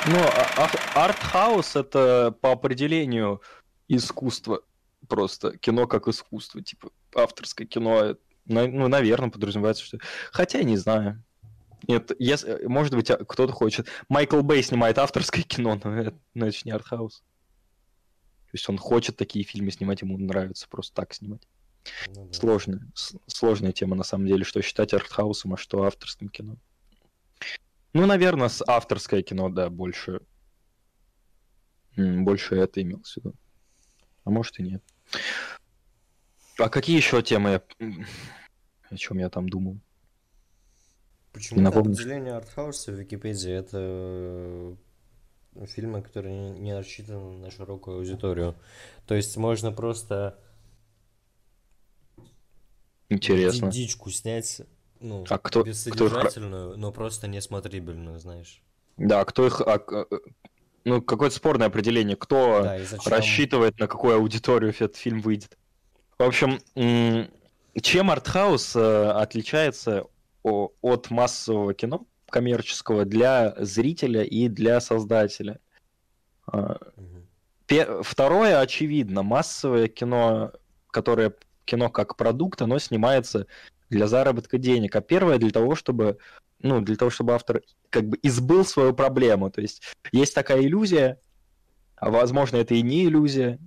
Ну, артхаус это по определению искусство. Просто кино как искусство. Типа авторское кино, ну, наверное, подразумевается, что... Хотя, не знаю. Нет, может быть, кто-то хочет. Майкл Бэй снимает авторское кино, но это же не артхаус. То есть он хочет такие фильмы снимать, ему нравится просто так снимать. Ну да. Сложная тема, на самом деле, что считать артхаусом, а что авторским кино. Ну, наверное, с авторское кино, да, больше это имелось в виду. А может и нет. А какие еще темы, о чем я там думал? Не Почему-то напомнишь? определение артхауса в Википедии это фильмы, которые не рассчитаны на широкую аудиторию. То есть можно просто Интересно. дичку снять, ну, А кто их... бессодержательную, но просто несмотрибельную, знаешь. Да, кто их... ну, какое-то спорное определение. Кто Да, и зачем... рассчитывает, на какую аудиторию этот фильм выйдет? В общем, чем артхаус отличается от массового кино коммерческого для зрителя и для создателя? А, Мгм. Второе, очевидно, массовое кино, которое кино как продукт, оно снимается для заработка денег, а первое для того, чтобы, ну, для того, чтобы автор как бы избыл свою проблему. То есть есть такая иллюзия, а возможно это и не иллюзия.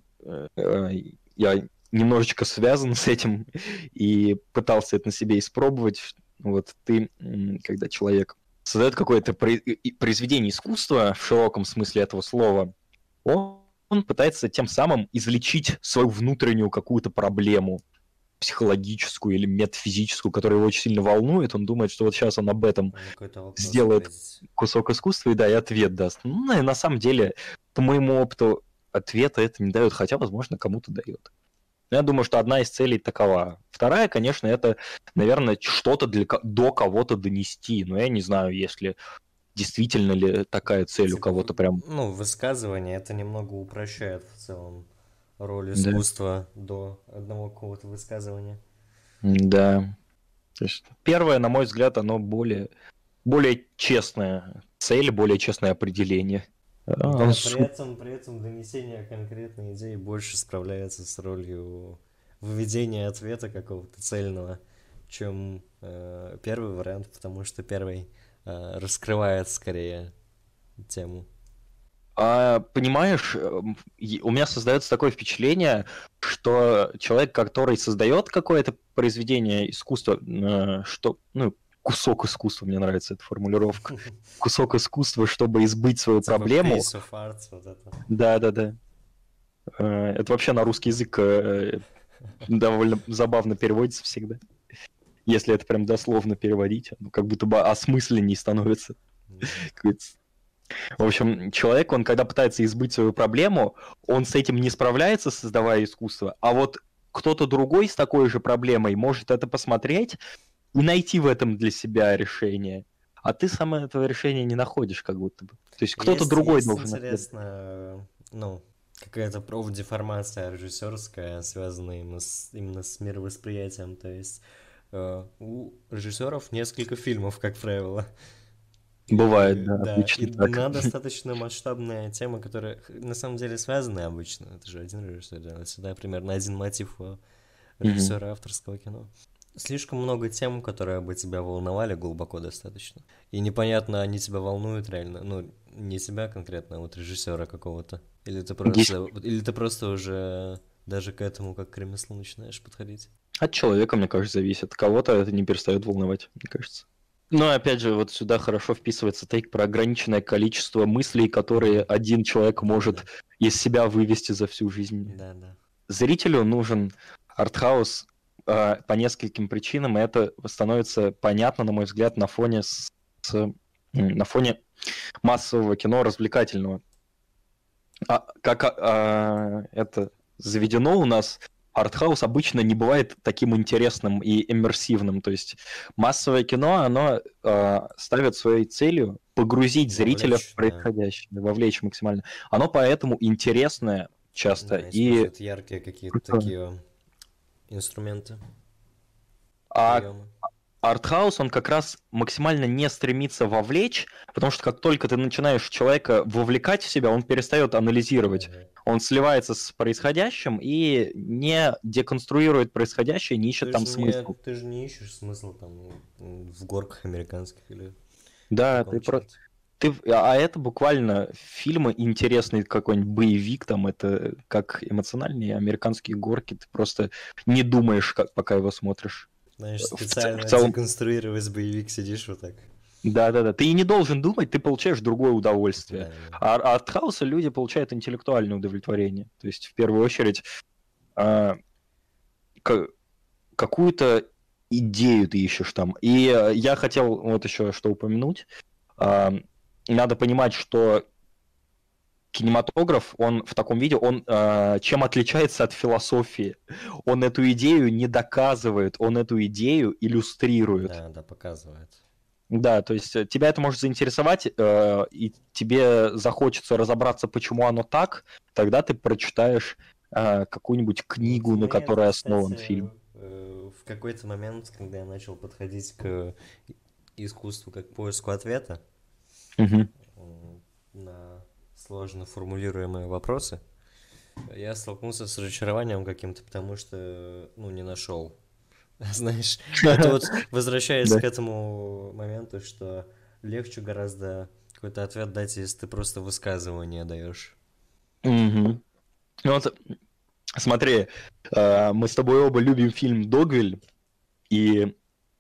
Я немножечко связан с этим и пытался это на себе испробовать. Вот ты, когда человек создает какое-то произведение искусства в широком смысле этого слова, он пытается тем самым излечить свою внутреннюю какую-то проблему психологическую или метафизическую, которая его очень сильно волнует. Он думает, что вот сейчас он об этом На какой-то вопрос сделает ответить. кусок искусства и, да, и ответ даст. Ну, и на самом деле, по моему опыту, ответа это не дает, хотя, возможно, кому-то дает. Но я думаю, что одна из целей такова. Вторая, конечно, это, наверное, что-то до кого-то донести. Но я не знаю, если действительно ли такая цель у Типа, кого-то прям... ну, высказывание это немного упрощает в целом роль Да. искусства до одного какого-то высказывания. Да. То есть первое, на мой взгляд, оно более честная цель, более честное определение. Да, при этом донесение конкретной идеи больше справляется с ролью выведения ответа какого-то цельного, чем первый вариант, потому что первый раскрывает скорее тему. Понимаешь, у меня создается такое впечатление, что человек, который создает какое-то произведение искусства, что, ну, кусок искусства, мне нравится эта формулировка, кусок искусства, чтобы избыть свою Типа проблему, piece of art, вот это. да-да-да. Это вообще на русский язык довольно забавно переводится всегда. Если это прям дословно переводить, ну, как будто бы осмысленней становится. Да. В общем, человек, он когда пытается избыть свою проблему, он с этим не справляется, создавая искусство, а вот кто-то другой с такой же проблемой может это посмотреть и найти в этом для себя решение. А ты сам этого решения не находишь, как будто бы. То есть кто-то другой Есть должен это... интересно, ну, какая-то профдеформация режиссерская, связанная именно с мировосприятием. То есть у режиссеров несколько фильмов, как правило. Бывает, И да, да, и обычно так. одна достаточно масштабная тема, которая на самом деле связаны обычно. Это же один режиссер делает. Всегда примерно один мотив у Мгм. режиссера авторского кино. Слишком много тем, которые бы тебя волновали глубоко достаточно. И непонятно, они тебя волнуют реально. Ну, не тебя конкретно, а вот режиссера какого-то. Есть Или ты просто уже даже к этому как к ремеслу начинаешь подходить. от человека, мне кажется, зависит. Кого-то это не перестает волновать, мне кажется. Но опять же, вот сюда хорошо вписывается тейк про ограниченное количество мыслей, которые Мгм. один человек Да-да-да. может из себя вывести за всю жизнь. Да-да. Зрителю нужен артхаус по нескольким причинам, и это становится понятно, на мой взгляд, на фоне массового кино развлекательного. Как это заведено у нас, артхаус обычно не бывает таким интересным и иммерсивным. То есть массовое кино, оно ставит своей целью погрузить зрителя в Вовлечь, да. происходящее, вовлечь максимально. Оно поэтому интересное часто Да, и используют яркие какие-то крутое. такие инструменты, А приемы. артхаус, он как раз максимально не стремится вовлечь, потому что как только ты начинаешь человека вовлекать в себя, он перестает анализировать. Ага. Он сливается с происходящим и не деконструирует происходящее, не ищет Ты там же не, смысл. ты же не ищешь смысл там в горках американских или в Да, таком черте. а это буквально фильмы интересный какой-нибудь боевик, там это как эмоциональные американские горки, ты просто не думаешь, пока его смотришь. Знаешь, В специально целом, деконструировать боевик сидишь вот так. да-да-да. Ты и не должен думать, ты получаешь другое удовольствие. Да, да. А от хаоса люди получают интеллектуальное удовлетворение. То есть, в первую очередь, а, какую-то идею ты ищешь там. И я хотел вот еще что упомянуть. А, Надо понимать, что кинематограф, он в таком виде, он чем отличается от философии? Он эту идею не доказывает, он эту идею иллюстрирует. Да, да, показывает. Да, то есть тебя это может заинтересовать, и тебе захочется разобраться, почему оно так, тогда ты прочитаешь какую-нибудь Вот книгу, на мне это, которой основан кстати, фильм. в какой-то момент, когда я начал подходить к искусству как поиску ответа Мгм. на сложно формулируемые вопросы, я столкнулся с разочарованием каким-то, потому что, ну, не нашел. Знаешь, это вот возвращаясь Да. к этому моменту, что легче гораздо какой-то ответ дать, если ты просто высказывание даешь. Мгм. Ну вот, смотри, мы с тобой оба любим фильм «Догвилль», и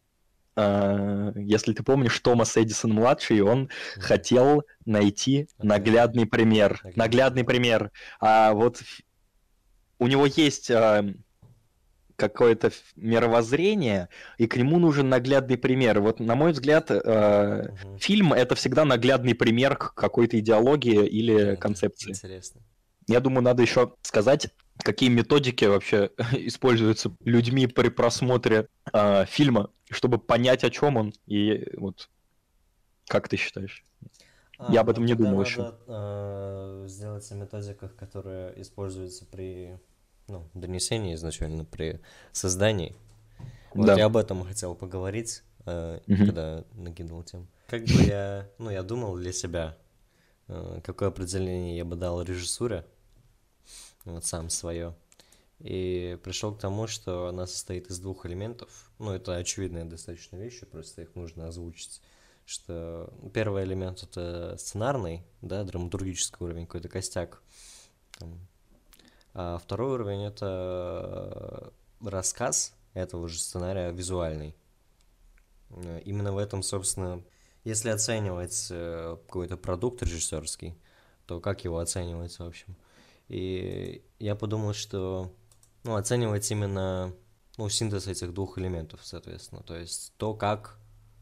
если ты помнишь, Томас Эдисон-младший, он Мгм. хотел найти Ответ. наглядный пример. Наглядный Наглядный пример. пример. Вот у него есть какое-то мировоззрение, и к нему нужен наглядный пример. Вот, на мой взгляд, Мгм. фильм — это всегда наглядный пример к какой-то идеологии или Да, да, концепции. интересно. Я думаю, надо еще сказать, какие методики вообще используются людьми при просмотре фильма, чтобы понять, о чем он, и вот как ты считаешь? Я об Ну этом не тогда думал еще. надо сделать о методиках, которые используются при донесении изначально, при создании. Вот Да. я об этом хотел поговорить, Мгм. когда накидывал тему. Как бы я думал для себя, какое определение я бы дал режиссуре, вот сам свое. И пришел к тому, что она состоит из двух элементов. Ну, это очевидные достаточно вещи, просто их нужно озвучить. Что первый элемент это сценарный, да, драматургический уровень, какой-то костяк. Там. А второй уровень это рассказ этого же сценария визуальный. Именно в этом, собственно, если оценивать какой-то продукт режиссерский, то как его оценивать, в общем? И я подумал, что оценивать именно синтез этих двух элементов, соответственно. То есть то, как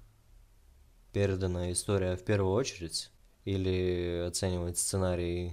передана история в первую очередь, или оценивать сценарий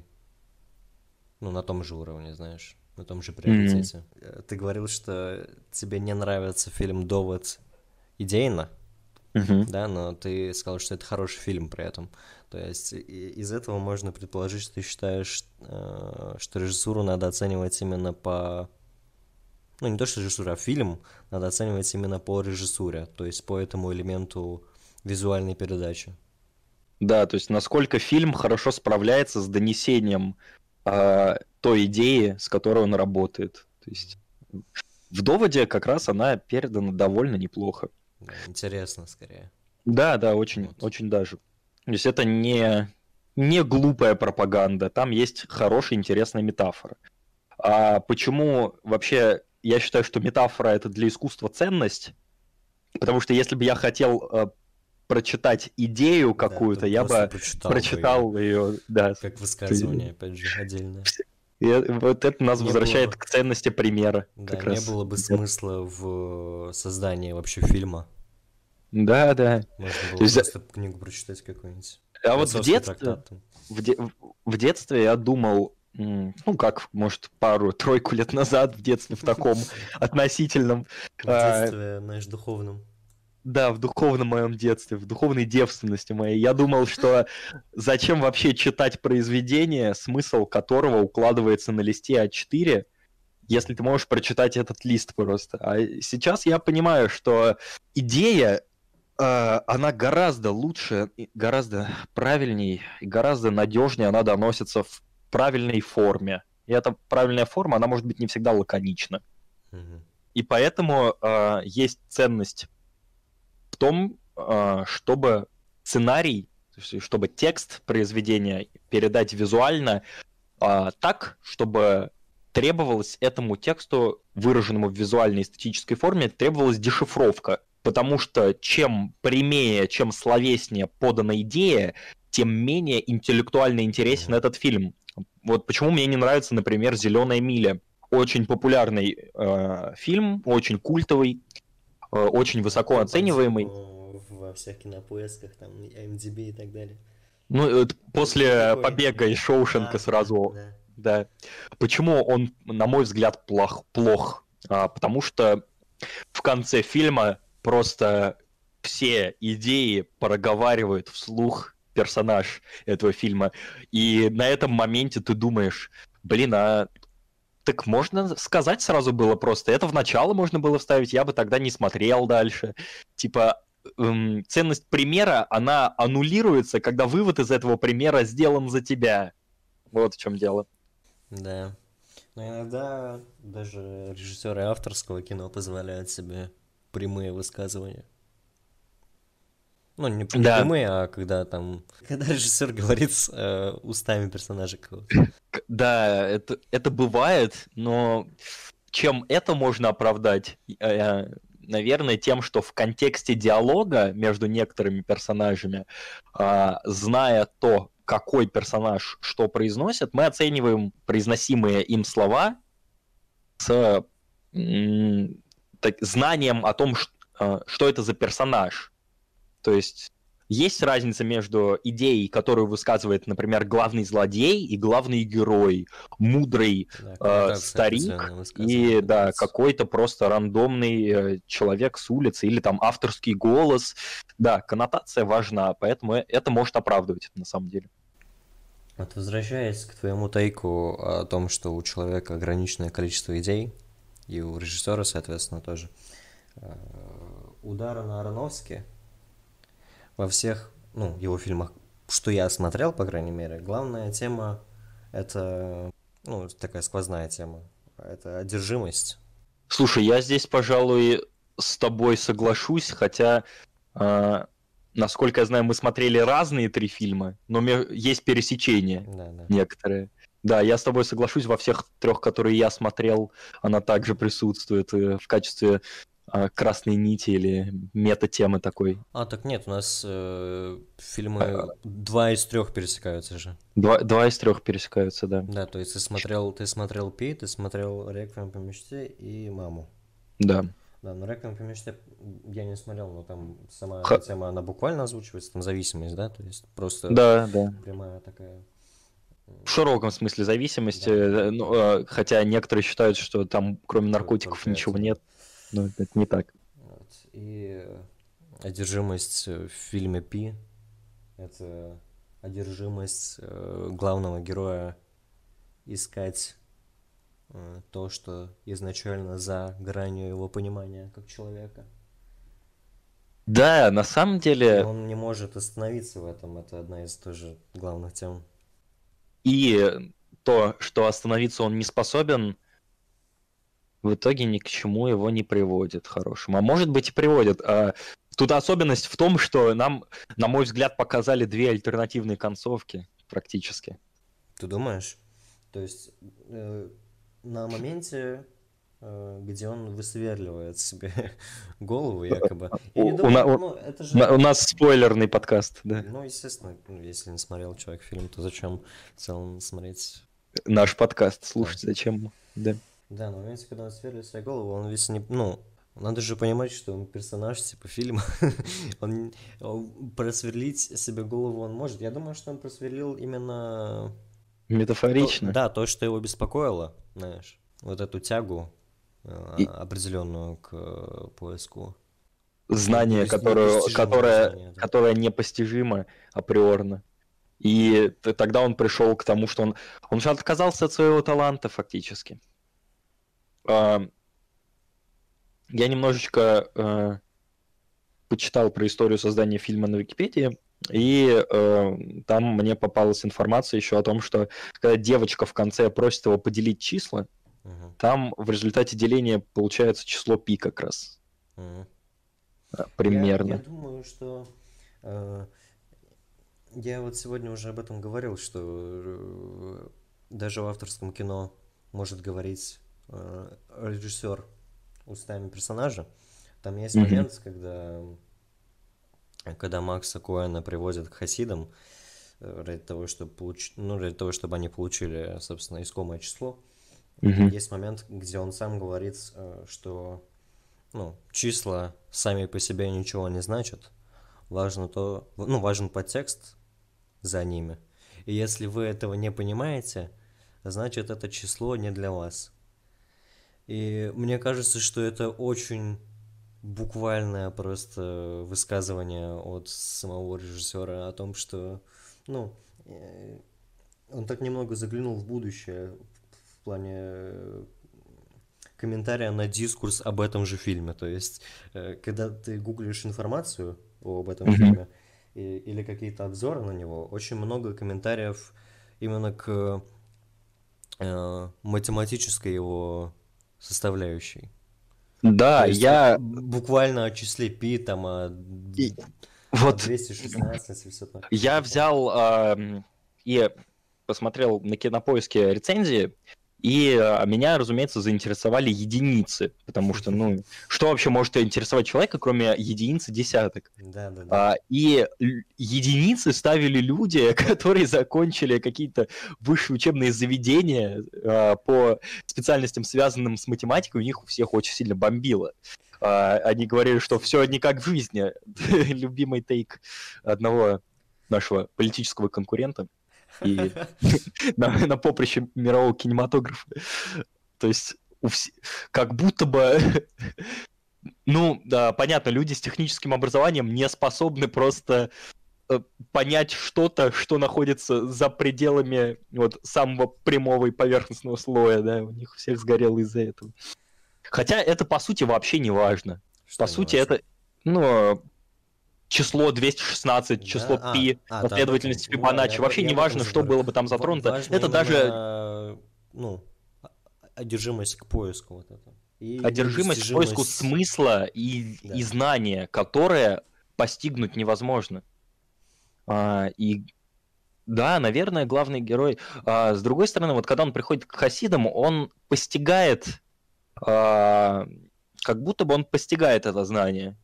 на том же уровне, знаешь, на том же Мгм. приоритете. Ты говорил, что тебе не нравится фильм «Довод» идейно, Мгм. да, но ты сказал, что это хороший фильм при этом. То есть из этого можно предположить, что ты считаешь, что режиссуру надо оценивать именно по... Ну, не то, что режиссура, а фильм надо оценивать именно по режиссуре, то есть по этому элементу визуальной передачи. Да, то есть насколько фильм хорошо справляется с донесением той идеи, с которой он работает. То есть в «Доводе» как раз она передана довольно неплохо. Да, интересно скорее. Да, да, очень, Вот. очень даже. То есть это не глупая пропаганда, там есть хорошая, интересная метафора. А почему вообще я считаю, что метафора — это для искусства ценность? Потому что если бы я хотел прочитать идею Да, ты какую-то, бы я просто бы прочитал бы ее, прочитал ее, да. как высказывание, опять же, отдельное. И вот это нас Не было возвращает бы, к ценности примера, да, как не раз. было бы смысла в создании вообще фильма. Да, да. Можно То было есть, просто книгу прочитать какую-нибудь. а вот Философский трактат там. в, де- в детстве я думал, ну как, может, пару-тройку лет назад в детстве в таком относительном, В а, детстве, знаешь, духовном. да, в духовном моем детстве, в духовной девственности моей, я думал, что зачем вообще читать произведение, смысл которого укладывается на листе А4, если ты можешь прочитать этот лист просто. А сейчас я понимаю, что идея, она гораздо лучше, гораздо правильней, и гораздо надежнее она доносится в правильной форме. И эта правильная форма, она может быть не всегда лаконична. И поэтому есть ценность в том, чтобы сценарий, чтобы текст произведения передать визуально так, чтобы требовалось этому тексту, выраженному в визуальной эстетической форме, требовалась дешифровка. Потому что чем прямее, чем словеснее подана идея, тем менее интеллектуально интересен этот фильм. Вот почему мне не нравится, например, «Зеленая миля». Очень популярный фильм, очень культовый, очень высоко оцениваемый. Во всех кинопоисках, там, IMDb и так далее. Ну, после побега из Шоушенка сразу. Да. Почему он, на мой взгляд, плох? Потому что в конце фильма просто все идеи проговаривает вслух персонаж этого фильма. И на этом моменте ты думаешь, блин, так можно сказать сразу было просто. Это в начало можно было вставить, я бы тогда не смотрел дальше. Типа, ценность примера, она аннулируется, когда вывод из этого примера сделан за тебя. Вот в чем дело. Да. Но иногда даже режиссеры авторского кино позволяют себе прямые высказывания. Ну, не прямые, а когда режиссер говорит устами персонажа кого-то. Да, это бывает, но чем это можно оправдать? Наверное, тем, что в контексте диалога между некоторыми персонажами, зная то, какой персонаж что произносит, мы оцениваем произносимые им слова с знанием о том, что это за персонаж. То есть есть разница между идеей, которую высказывает, например, главный злодей и главный герой, мудрый старик и какой-то просто рандомный человек с улицы или там авторский голос. Да, коннотация важна, поэтому это может оправдывать на самом деле. Вот возвращаясь к твоему тейку о том, что у человека ограниченное количество идей, и у режиссера, соответственно, тоже, у Даррена Аронофски во всех, его фильмах, что я смотрел, по крайней мере, главная тема — это, такая сквозная тема, это одержимость. Слушай, я здесь, пожалуй, с тобой соглашусь, хотя, насколько я знаю, мы смотрели разные 3 фильма, но есть пересечения некоторые. Да, я с тобой соглашусь, во всех 3, которые я смотрел, она также присутствует в качестве красной нити или мета-темы такой. Так нет, у нас фильмы 2 из 3 пересекаются же. 2 из 3 пересекаются, да. Да, то есть ты смотрел Пи, ты смотрел «Реквием по мечте» и «Маму». Да. Да, но «Реквием по мечте» я не смотрел, но там сама тема, она буквально озвучивается, там зависимость, да? То есть просто прямая такая... В широком смысле зависимости, хотя некоторые считают, что там кроме наркотиков ничего нет. Но это не так. Вот. И одержимость в фильме «Пи» — это одержимость главного героя искать то, что изначально за гранью его понимания как человека. Да, на самом деле... И он не может остановиться в этом, это одна из тоже главных тем. И то, что остановиться он не способен, в итоге ни к чему его не приводит хорошему. А может быть и приводит. Тут особенность в том, что нам, на мой взгляд, показали 2 альтернативные концовки практически. Ты думаешь? То есть на моменте, где он высверливает себе голову якобы. У нас спойлерный подкаст, да. Естественно, если не смотрел человек фильм, то зачем в целом смотреть... Наш подкаст слушать, зачем? Да. Да, на моменте, когда он сверлит себе голову, он весь не... надо же понимать, что он персонаж типа фильма. Он просверлить себе голову он может. Я думаю, что он просверлил именно... Метафорично. То, что его беспокоило, знаешь. Вот эту тягу определенную к поиску. Знание, которое непостижимо априорно. И тогда он пришел к тому, что он же отказался от своего таланта фактически. я немножечко почитал про историю создания фильма на Википедии, и там мне попалась информация еще о том, что когда девочка в конце просит его поделить числа, там в результате деления получается число π как раз. Примерно. Я думаю, что я вот сегодня уже об этом говорил, что даже в авторском кино может говорить режиссер устами персонажа. Там есть момент, когда Макса Коэна приводят к хасидам ради того, чтобы ради того, чтобы они получили, собственно, искомое число. Есть момент, где он сам говорит, что числа сами по себе ничего не значат. Важен подтекст за ними. И если вы этого не понимаете, значит, это число не для вас. И мне кажется, что это очень буквальное просто высказывание от самого режиссера о том, что, он так немного заглянул в будущее в плане комментария на дискурс об этом же фильме. То есть, когда ты гуглишь информацию об этом фильме или какие-то обзоры на него, очень много комментариев именно к математической его составляющей. Да, я... Буквально о числе π, там, о 216 и все такое. Я взял и посмотрел на Кинопоиске рецензии, и меня, разумеется, заинтересовали единицы, потому что, что вообще может интересовать человека, кроме единиц и десяток? Да. И единицы ставили люди, которые закончили какие-то высшие учебные заведения по специальностям, связанным с математикой, у них у всех очень сильно бомбило. Они говорили, что все не как в жизни. Любимый тейк одного нашего политического конкурента. И на поприще мирового кинематографа. То есть, как будто бы... понятно, люди с техническим образованием не способны просто понять что-то, что находится за пределами самого прямого и поверхностного слоя, да, у них у всех сгорело из-за этого. Хотя это, по сути, вообще не важно. По сути, это, число 216, число π, последовательность Фибоначчи. Вообще не важно, что было бы там затронуто. Это даже... одержимость к поиску вот это. Одержимость к поиску смысла и знания, которое постигнуть невозможно. И да, наверное, главный герой... С другой стороны, вот когда он приходит к хасидам, он постигает... как будто бы он постигает это знание.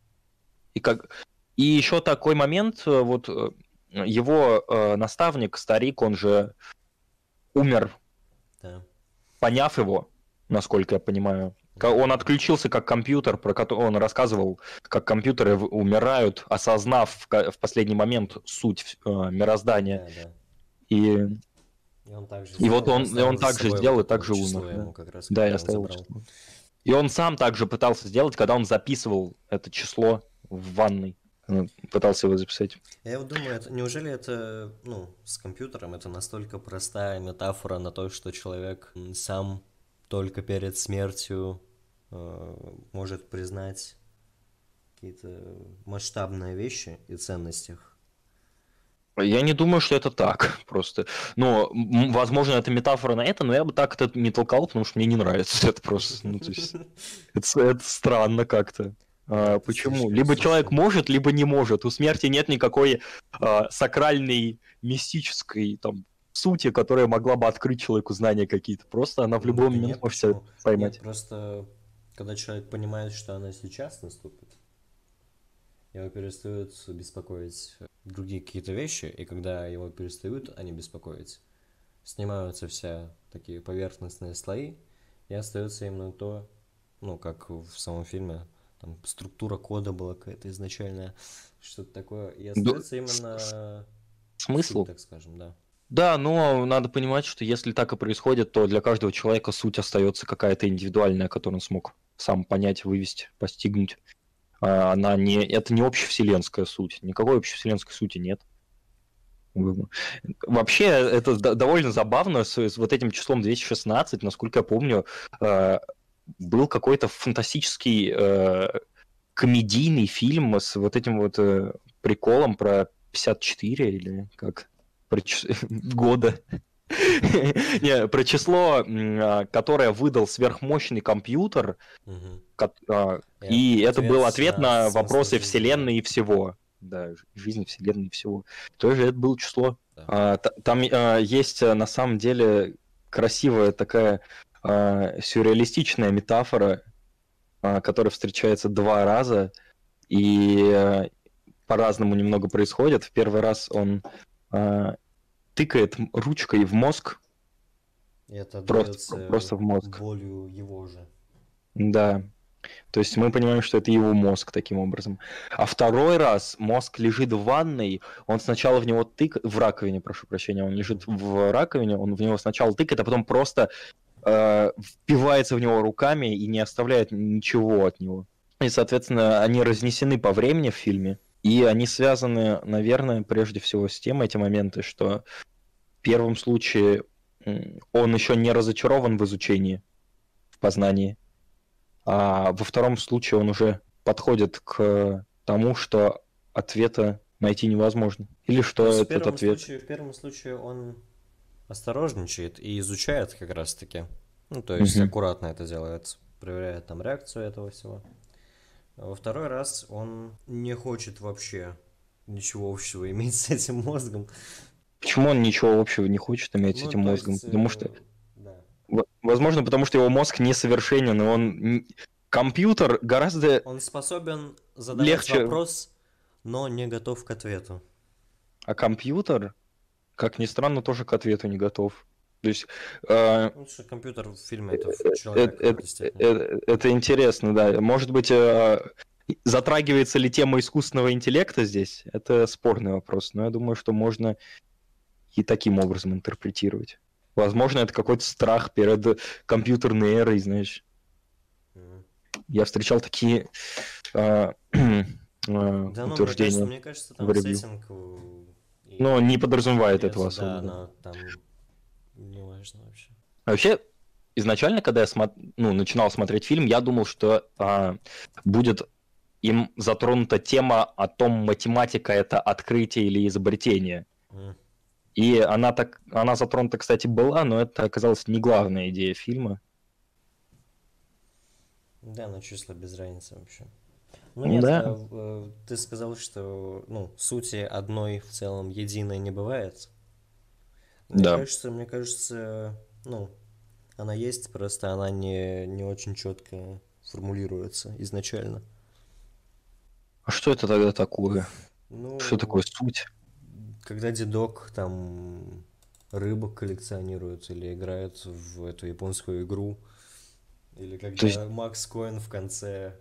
И еще такой момент, вот его наставник, старик, он же умер, поняв его, насколько я понимаю. Он отключился как компьютер, про который он рассказывал, как компьютеры умирают, осознав в последний момент суть мироздания. И он также сделал и также умер. Да, я оставил число. И он сам также пытался сделать, когда он записывал это число в ванной. Пытался его записать. Я вот думаю, неужели это, с компьютером это настолько простая метафора на то, что человек сам только перед смертью может признать какие-то масштабные вещи и ценности. Я не думаю, что это так просто. Возможно, это метафора на это, но я бы так это не толкал, потому что мне не нравится это просто. Это странно как-то. Почему? Либо человек может, либо не может. У смерти нет никакой сакральной, мистической сути, которая могла бы открыть человеку знания какие-то. Просто она в любой момент может все поймать. Просто когда человек понимает, что она сейчас наступит, его перестают беспокоить другие какие-то вещи, и когда его перестают они беспокоить, снимаются все такие поверхностные слои, и остается именно то, как в самом фильме, там структура кода была какая-то изначальная, что-то такое, и остается именно смысл, суть, так скажем, да. Да, но надо понимать, что если так и происходит, то для каждого человека суть остается какая-то индивидуальная, которую он смог сам понять, вывести, постигнуть. Это не общевселенская суть, никакой общевселенской сути нет. Вообще, это довольно забавно с вот этим числом 216, насколько я помню, был какой-то фантастический комедийный фильм с вот этим вот приколом про 54 или как года. Не, про число, которое выдал сверхмощный компьютер, и это был ответ на вопросы Вселенной и всего. Да, жизни Вселенной и всего. Тоже это было число. Там есть на самом деле красивая такая сюрреалистичная метафора, которая встречается 2 раза, и по-разному немного происходит. В первый раз он тыкает ручкой в мозг. И это просто в мозг. Болью его же. Да. То есть мы понимаем, что это его мозг таким образом. А второй раз мозг лежит в ванной, он сначала в него тыкает, в раковине, прошу прощения, он лежит в раковине, он в него сначала тыкает, а потом просто впивается в него руками и не оставляет ничего от него. И, соответственно, они разнесены по времени в фильме, и они связаны, наверное, прежде всего с тем, эти моменты, что в первом случае он еще не разочарован в изучении, в познании, а во втором случае он уже подходит к тому, что ответа найти невозможно. Или что этот ответ... В первом случае он осторожничает и изучает как раз-таки. Ну, то есть аккуратно это делает, проверяет там реакцию этого всего. А во второй раз он не хочет вообще ничего общего иметь с этим мозгом. Почему он ничего общего не хочет иметь с этим мозгом? Потому что... Возможно, потому что его мозг несовершенен, и он... Компьютер гораздо... Он способен задавать вопрос, но не готов к ответу. А компьютер, как ни странно, тоже к ответу не готов. То есть... Ну, что компьютер в фильме — это человек в какой-то степени. Это интересно, да. Может быть, затрагивается ли тема искусственного интеллекта здесь? Это спорный вопрос, но я думаю, что можно и таким образом интерпретировать. Возможно, это какой-то страх перед компьютерной эрой, знаешь. Я встречал такие утверждения. Мне кажется, там сеттинг... Но не подразумевает этого особо. Да, но там не важно вообще. Вообще, изначально, когда я начинал смотреть фильм, я думал, что будет им затронута тема о том, математика — это открытие или изобретение. И она затронута, кстати, была, но это оказалась не главная идея фильма. Да, но числа без разницы вообще. Ну нет, да. Ты сказал, что сути одной в целом единой не бывает. Мне кажется, она есть, просто она не очень четко формулируется изначально. А что это тогда такое? Что такое суть? Когда дедок там рыбок коллекционирует или играет в эту японскую игру, или когда Макс Коэн в конце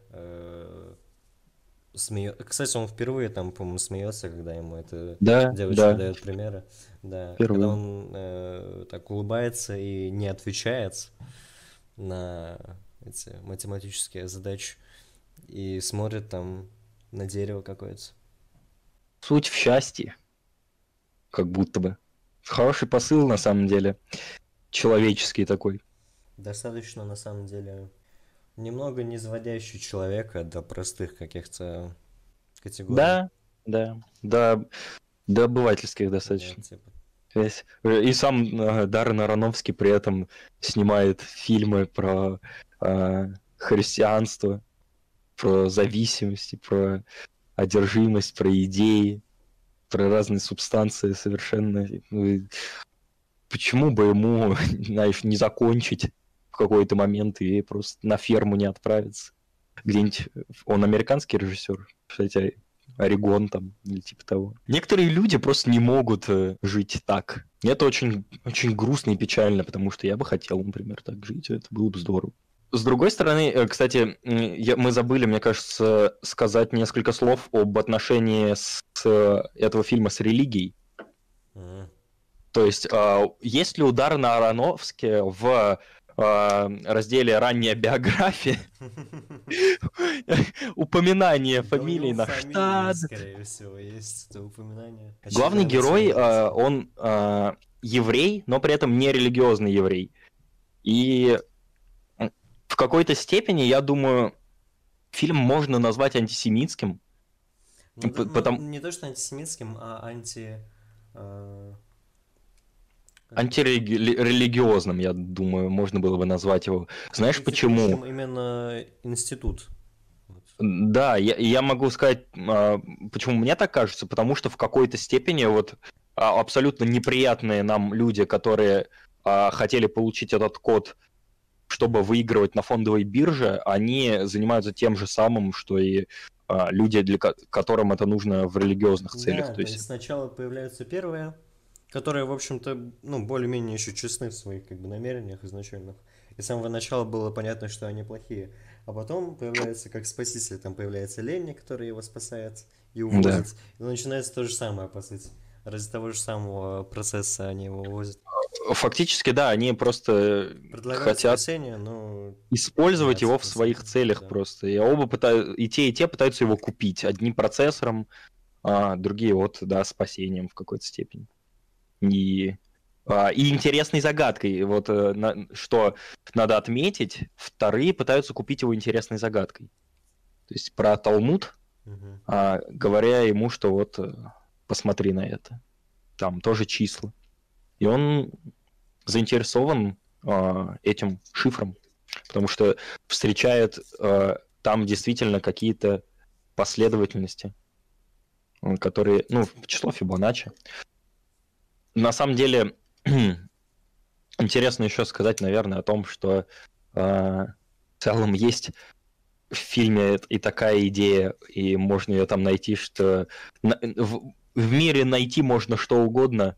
смеется. Кстати, он впервые там, по-моему, смеется, когда ему эта девочка дает примеры. Да, когда он так улыбается и не отвечает на эти математические задачи и смотрит там на дерево какое-то. Суть в счастье. Как будто бы. Хороший посыл, на самом деле. Человеческий такой. Достаточно, на самом деле, немного не сводящий человека до простых каких-то категорий. Да. До обывательских достаточно. Да, типа. И сам Даррен Аронофски при этом снимает фильмы про христианство, про зависимости, про одержимость, про идеи, про разные субстанции совершенно. Почему бы ему, знаешь, не закончить в какой-то момент и просто на ферму не отправиться? Где-нибудь... Он американский режиссер, кстати, Орегон там, или типа того. Некоторые люди просто не могут жить так. И это очень, очень грустно и печально, потому что я бы хотел, например, так жить, это было бы здорово. С другой стороны, кстати, мы забыли, мне кажется, сказать несколько слов об отношении этого фильма с религией. То есть, есть ли у Даррена Аронофски в разделе «Ранняя биография» упоминание фамилии на штат? Скорее всего, есть это упоминание. Главный герой, он еврей, но при этом не религиозный еврей. И в какой-то степени, я думаю, фильм можно назвать антисемитским, Ну, потому не то, что антисемитским, а э, как это сказать? антирелигиозным, я думаю, можно было бы назвать его. Знаешь почему? Критикующим именно институт. Вот. Да, я могу сказать, почему мне так кажется, потому что в какой-то степени вот абсолютно неприятные нам люди, которые хотели получить этот код, чтобы выигрывать на фондовой бирже, они занимаются тем же самым, что и люди, которым это нужно в религиозных целях. Да, То то есть, есть сначала появляются первые, которые, в общем-то, ну, более-менее еще честны в своих как бы намерениях изначальных. И с самого начала было понятно, что они плохие. А потом появляется как спаситель, там появляется Ленни, который его спасает и да. увозит. И начинается то же самое, по сути. Ради того же самого процесса они его увозят. Фактически, да, они просто Предлагают хотят спасение, но использовать его в своих 15%. целях Да. просто. И оба пытаются, и те пытаются его купить. Одни процессором, а другие вот, да, спасением в какой-то степени. И, и интересной загадкой, вот что надо отметить, вторые пытаются купить его интересной загадкой. То есть про Талмуд, Мгм. говоря ему, что вот посмотри на это, там тоже числа. И он заинтересован этим шифром, потому что встречает там действительно какие-то последовательности, которые, ну, число Фибоначчи. На самом деле, интересно еще сказать, наверное, о том, что в целом есть в фильме и такая идея, и можно ее там найти, что в мире найти можно что угодно.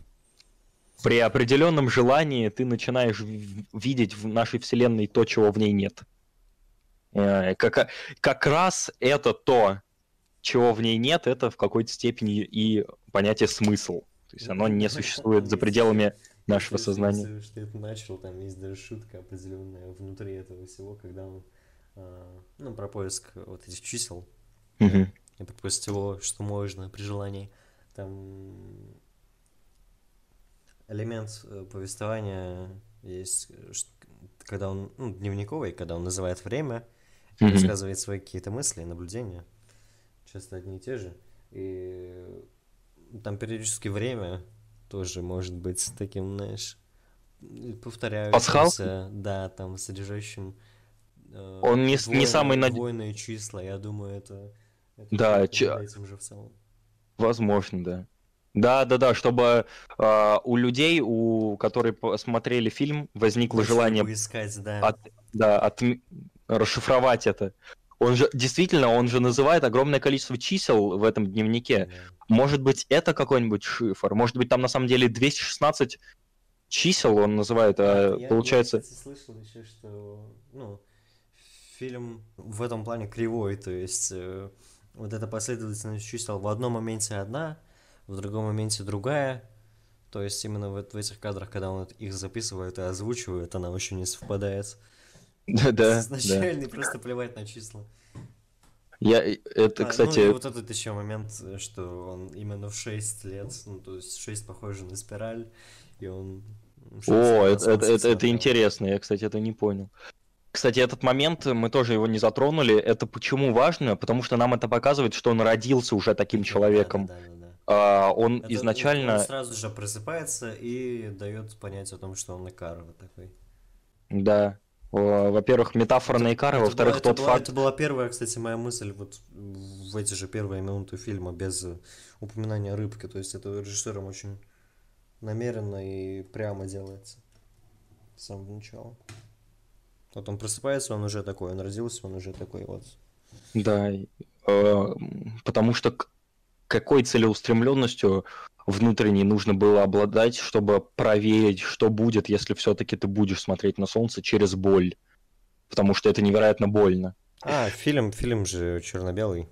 При определенном желании ты начинаешь видеть в нашей вселенной то, чего в ней нет. Как раз это то, чего в ней нет, это в какой-то степени и понятие смысл. То есть оно не существует за Есть еще, пределами нашего сознания. что ты это начал, там есть даже шутка определенная внутри этого всего, когда он, ну, про поиск вот этих чисел, да, Мгм. и про поиск всего, что можно при желании, там элемент повествования есть, когда он, ну, дневниковый, когда он называет время и Мгм. высказывает свои какие-то мысли, наблюдения, часто одни и те же, и там периодически время тоже может быть таким, знаешь, Пасхалки? повторяющимся, да, там, содержащим Он не самый двойные числа. Я думаю, это Да, только над этим же в целом. возможно, да. Да, чтобы у людей, которые посмотрели фильм, возникло Начали желание бы искать, да. от, да, расшифровать это. Он же, действительно, он же называет огромное количество чисел в этом дневнике. Да. Может быть, это какой-нибудь шифр? Может быть, там на самом деле 216 чисел он называет, А, а я, получается... кстати, слышал еще, что, ну, фильм в этом плане кривой, то есть вот эта последовательность чисел в одном моменте одна, в другом моменте другая, то есть именно в этих кадрах, когда он их записывает и озвучивает, она вообще не совпадает с Да. изначальной, просто плевать на числа. Это, Ну и кстати, вот этот еще момент, что он именно в 6 лет, ну то есть 6 похоже на спираль, и он 6 лет на солнце это смотрел. интересно, я, кстати, это не понял. Кстати, этот момент, мы тоже его не затронули. Это почему важно? Потому что нам это показывает, что он родился уже таким Таким, да, да, человеком. да, да, да. Он Это вот он изначально, сразу же просыпается и дает понять о том, что он Икарова такой. да, во-первых, метафора на Икара, во-вторых, тот Это факт, была первая, кстати, моя мысль вот в эти же первые минуты фильма без упоминания рыбки. То есть это режиссером очень намеренно и прямо делается с самого начала. Вот он просыпается, он уже такой, он родился, он уже такой вот. да, потому что какой целеустремленностью внутренней нужно было обладать, чтобы проверить, что будет, если все-таки ты будешь смотреть на солнце через боль. Потому что это невероятно больно. Фильм же черно-белый.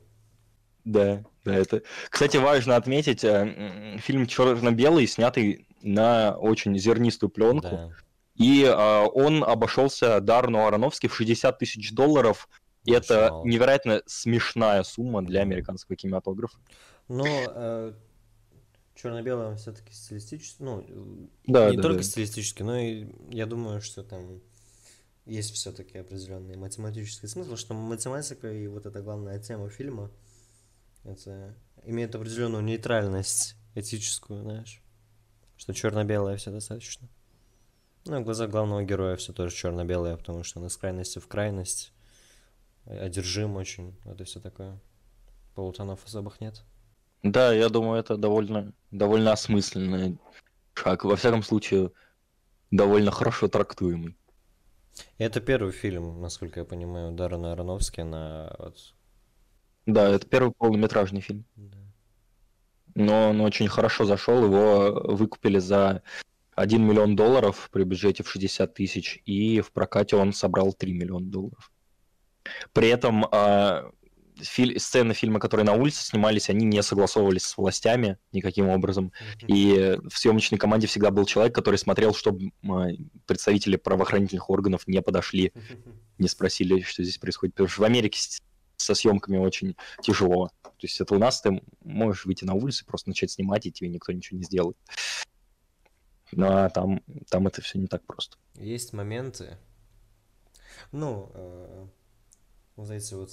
Да, это. Кстати, важно отметить, фильм черно-белый, снятый на очень зернистую пленку, Да, и он обошелся Дарну Аронофски в $60 000. И очень это мало. невероятно смешная сумма для Да. американского кинематографа. Но черно-белый он все-таки стилистически, ну, Да, не да, только да. стилистически, но и я думаю, что там есть все-таки определенный математический смысл, что математика и вот эта главная тема фильма, это имеет определенную нейтральность этическую, знаешь, что черно-белое все достаточно. Ну, в глазах главного героя все тоже черно-белое, потому что он из крайности в крайность, одержим очень, вот и все такое. Полутонов особых нет. Да, я думаю, это довольно осмысленный шаг. Во всяком случае, довольно хорошо трактуемый. И это первый фильм, насколько я понимаю, Даррена Аронофски на вот... Да, это первый полнометражный фильм. Да. Но он очень хорошо зашел, его выкупили за $1 миллион при бюджете в 60 тысяч, и в прокате он собрал $3 миллиона. При этом сцены фильма, которые на улице снимались, они не согласовывались с властями никаким образом. И в съемочной команде всегда был человек, который смотрел, чтобы представители правоохранительных органов не подошли, не спросили, что здесь происходит. Потому что в Америке со съемками очень тяжело. То есть это у нас ты можешь выйти на улицу и просто начать снимать, и тебе никто ничего не сделает. Ну а там это все не так просто. Есть моменты, ну, вот эти вот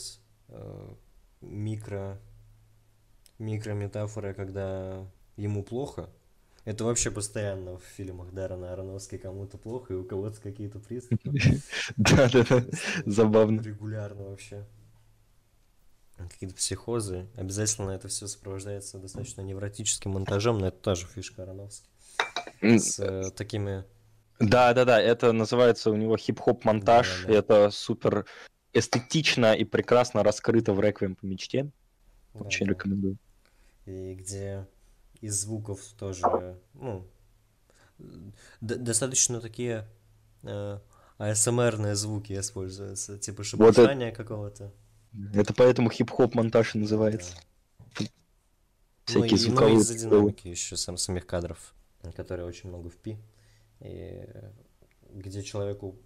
микрометафоры, когда ему плохо. Это вообще постоянно в фильмах Даррена Аронофски кому-то плохо, и у кого-то какие-то приступы. Да, забавно. Регулярно вообще. Какие-то психозы. Обязательно это все сопровождается достаточно невротическим монтажом, но это тоже фишка Аронофски. С такими... Да, это называется у него хип-хоп-монтаж. Это супер эстетично и прекрасно раскрыто в «Реквием по мечте». Очень рекомендую. И где из звуков тоже, ну, достаточно такие ASMR-ные звуки используются, типа шебуршания какого-то. Это поэтому хип-хоп-монтаж и называется. Да. Всякие звуковые. Ну и из-за динамики еще самих кадров, которые очень много в пи. И где человеку,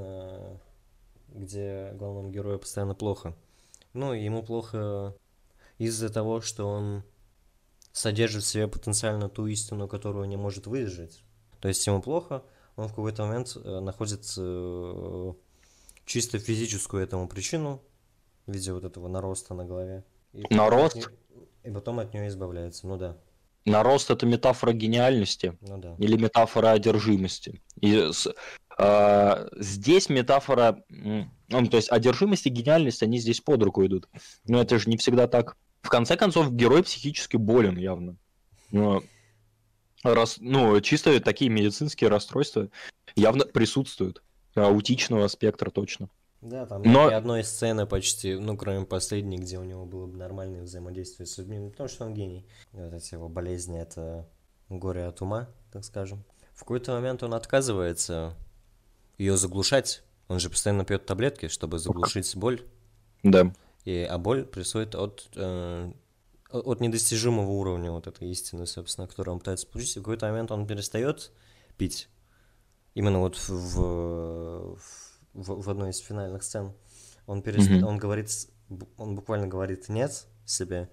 где главному герою постоянно плохо. Ну, и ему плохо из-за того, что он содержит в себе потенциально ту истину, которую не может выдержать. То есть ему плохо, он в какой-то момент находит чисто физическую этому причину в виде вот этого нароста на голове. Нарост? И потом от нее избавляется, ну да. Нарост — это метафора гениальности, ну, да. Или метафора одержимости. И здесь метафора, ну, то есть одержимость и гениальность, они здесь под руку идут. Но это же не всегда так. В конце концов, герой психически болен явно. Но, чисто такие медицинские расстройства явно присутствуют. Аутичного спектра точно. Да, там нет ни одной сцены почти, ну, кроме последней, где у него было бы нормальное взаимодействие с людьми, потому что он гений. Вот эти его болезни — это горе от ума, так скажем. В какой-то момент он отказывается ее заглушать. Он же постоянно пьет таблетки, чтобы заглушить боль. Да. А боль происходит от недостижимого уровня вот этой истины, собственно, которую он пытается получить. И в какой-то момент он перестает пить. Именно вот в одной из финальных сцен он буквально говорит «нет» себе,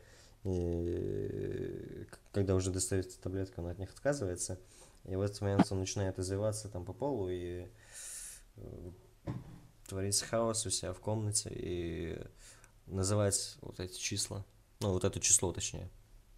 и когда уже достается таблетка, он от них отказывается, и в этот момент он начинает извиваться там по полу и творить хаос у себя в комнате и называть вот эти числа, ну вот это число точнее,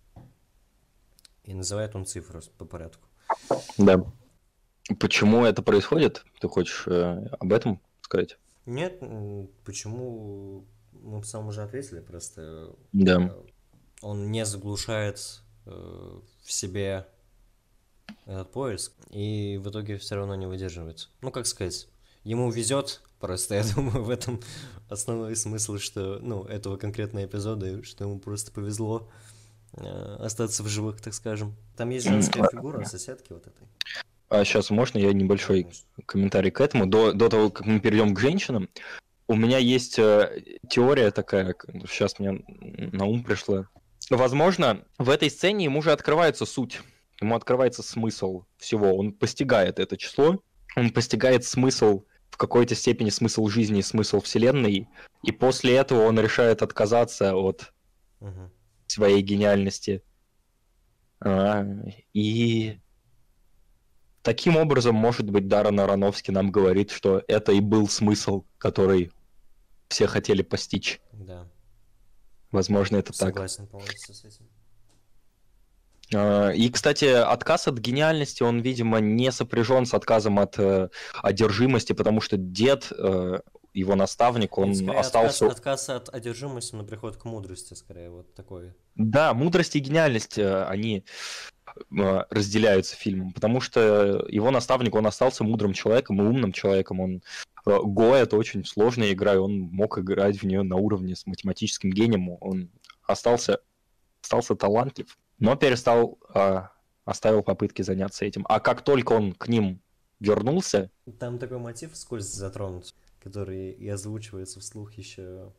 и называет он цифры по порядку. Да. Почему это происходит? Ты хочешь об этом сказать? Нет, почему? Мы сам уже ответили, просто да. Он не заглушает в себе этот поиск, и в итоге все равно не выдерживает. Ну, как сказать, ему везет, просто я думаю, в этом основной смысл, что, ну, этого конкретного эпизода, что ему просто повезло остаться в живых, так скажем. Там есть женская фигура соседки вот этой. А сейчас можно я небольшой комментарий к этому? До того, как мы перейдем к женщинам, у меня есть теория такая, сейчас мне на ум пришла. Возможно, в этой сцене ему же открывается суть, ему открывается смысл всего. Он постигает это число, он постигает смысл, в какой-то степени смысл жизни и смысл вселенной, и после этого он решает отказаться от своей гениальности. И таким образом, может быть, Даррен Аронофски нам говорит, что это и был смысл, который все хотели постичь. Да. Возможно, это так. Согласен полностью с этим. И, кстати, отказ от гениальности, он, видимо, не сопряжен с отказом от одержимости, потому что дед, его наставник, он Скорее остался... отказ от одержимости, но приход к мудрости, скорее, вот такой. Да, мудрость и гениальность, они разделяются фильмом, потому что его наставник, он остался мудрым человеком и умным человеком. Го — это очень сложная игра, и он мог играть в нее на уровне с математическим гением. Он остался талантлив, но оставил попытки заняться этим. А как только он к ним вернулся... Там такой мотив вскользь затронут, который и озвучивается вслух еще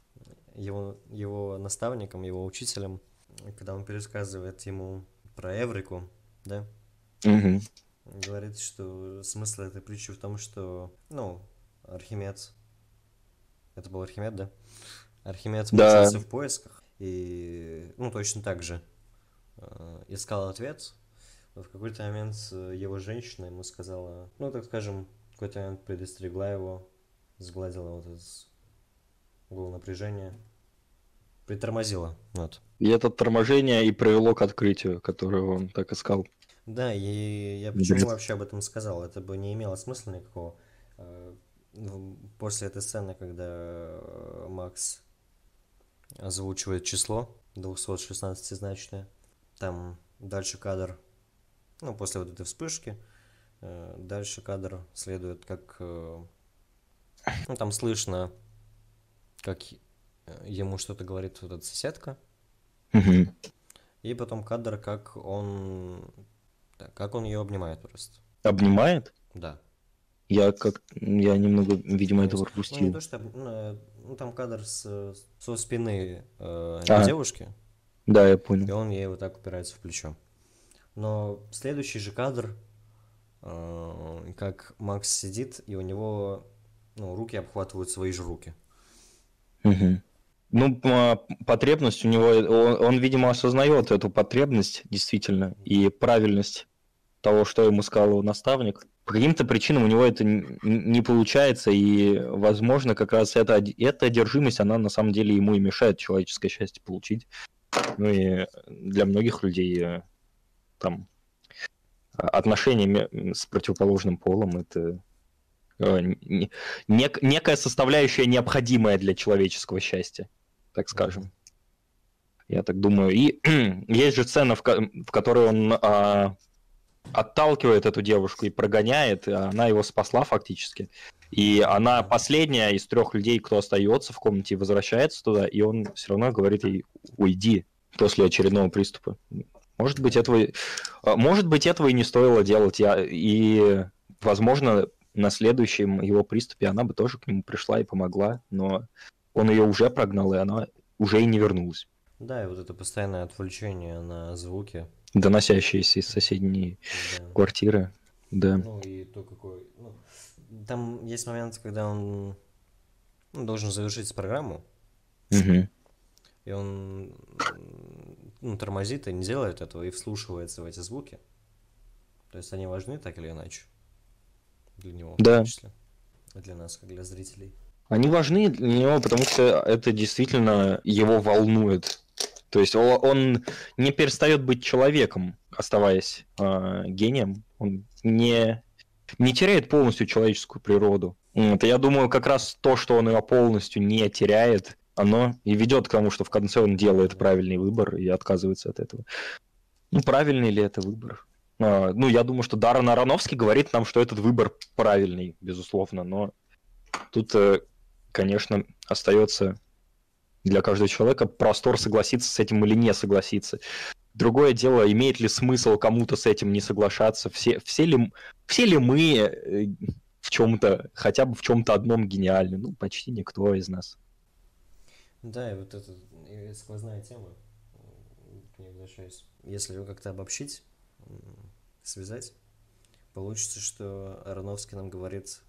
его наставником, его учителем, когда он пересказывает ему про Эврику, да? Угу. Говорит, что смысл этой притчи в том, что, Архимед, это был Архимед, да? Архимед мучился в поисках и, точно так же искал ответ. В какой-то момент его женщина ему сказала, так скажем, в какой-то момент предостерегла его, сгладила вот это угол напряжения, притормозила, вот. И это торможение и привело к открытию, которое он так искал. Да, и я почему вообще об этом сказал? Это бы не имело смысла никакого. После этой сцены, когда Макс озвучивает число 216-значное, там дальше кадр, после вот этой вспышки, дальше кадр следует, как, там слышно, как ему что-то говорит вот эта соседка, и потом кадр, как он ее обнимает просто. Обнимает? Да. Я немного, видимо, этого пропустил. Не то, что... там кадр со спины девушки. Да, я понял. И он ей вот так упирается в плечо. Но следующий же кадр, как Макс сидит, и у него руки обхватывают свои же руки. Потребность у него... Он, видимо, осознает эту потребность, действительно, и правильность того, что ему сказал его наставник. По каким-то причинам у него это не получается, и, возможно, как раз эта одержимость, она на самом деле ему и мешает человеческое счастье получить. И для многих людей там отношения с противоположным полом — это некая составляющая, необходимая для человеческого счастья, так скажем. Я так думаю. И есть же сцена, в которой он отталкивает эту девушку и прогоняет, и она его спасла фактически. И она последняя из 3 людей, кто остается в комнате и возвращается туда, и он все равно говорит ей: уйди после очередного приступа. Может быть, этого и не стоило делать. И, возможно, на следующем его приступе она бы тоже к нему пришла и помогла, но он ее уже прогнал, и она уже и не вернулась. Да, и вот это постоянное отвлечение на звуки, доносящиеся из соседней квартиры. Да. И то, какой... там есть момент, когда он должен завершить программу, и он тормозит и не делает этого, и вслушивается в эти звуки. То есть они важны так или иначе для него, в том числе, и для нас, как для зрителей. Они важны для него, потому что это действительно его волнует. То есть он не перестает быть человеком, оставаясь гением. Он не теряет полностью человеческую природу. Я думаю, как раз то, что он ее полностью не теряет, оно и ведет к тому, что в конце он делает правильный выбор и отказывается от этого. Правильный ли это выбор? Я думаю, что Даррен Аронофски говорит нам, что этот выбор правильный, безусловно, но тут, конечно, остается для каждого человека простор согласиться с этим или не согласиться. Другое дело, имеет ли смысл кому-то с этим не соглашаться? Все ли мы в чем-то, хотя бы в чем-то одном гениальны? Почти никто из нас. Да, и вот это сквозная тема, к ней возвращаюсь. Если его как-то обобщить, связать, получится, что Аронофски нам говорит,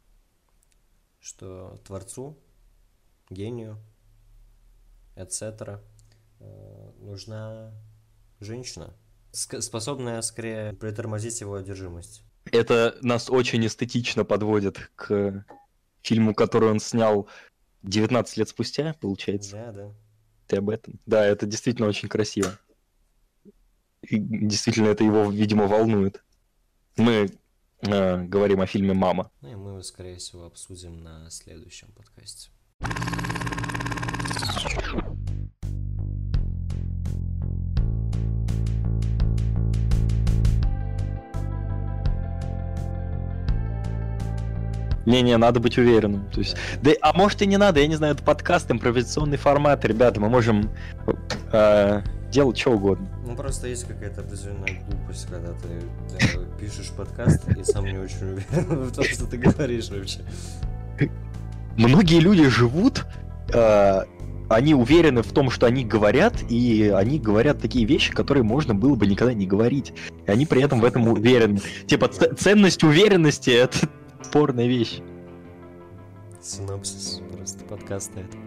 что творцу, гению, etc. нужна женщина. способная скорее притормозить его одержимость. Это нас очень эстетично подводит к фильму, который он снял 19 лет спустя, получается. Да. Ты об этом? Да, это действительно очень красиво. И действительно, это его, видимо, волнует. Мы говорим о фильме «Мама». Ну и мы его, скорее всего, обсудим на следующем подкасте. Не, надо быть уверенным. То есть, а может и не надо, я не знаю, это подкаст, импровизационный формат, ребята, мы можем делать что угодно. Ну просто есть какая-то определенная глупость, когда ты пишешь подкаст и сам не очень уверен в том, что ты говоришь вообще. Многие люди живут, они уверены в том, что они говорят, и они говорят такие вещи, которые можно было бы никогда не говорить. И они при этом в этом уверены. Типа ценность уверенности — это спорная вещь. Синопсис просто подкаста это.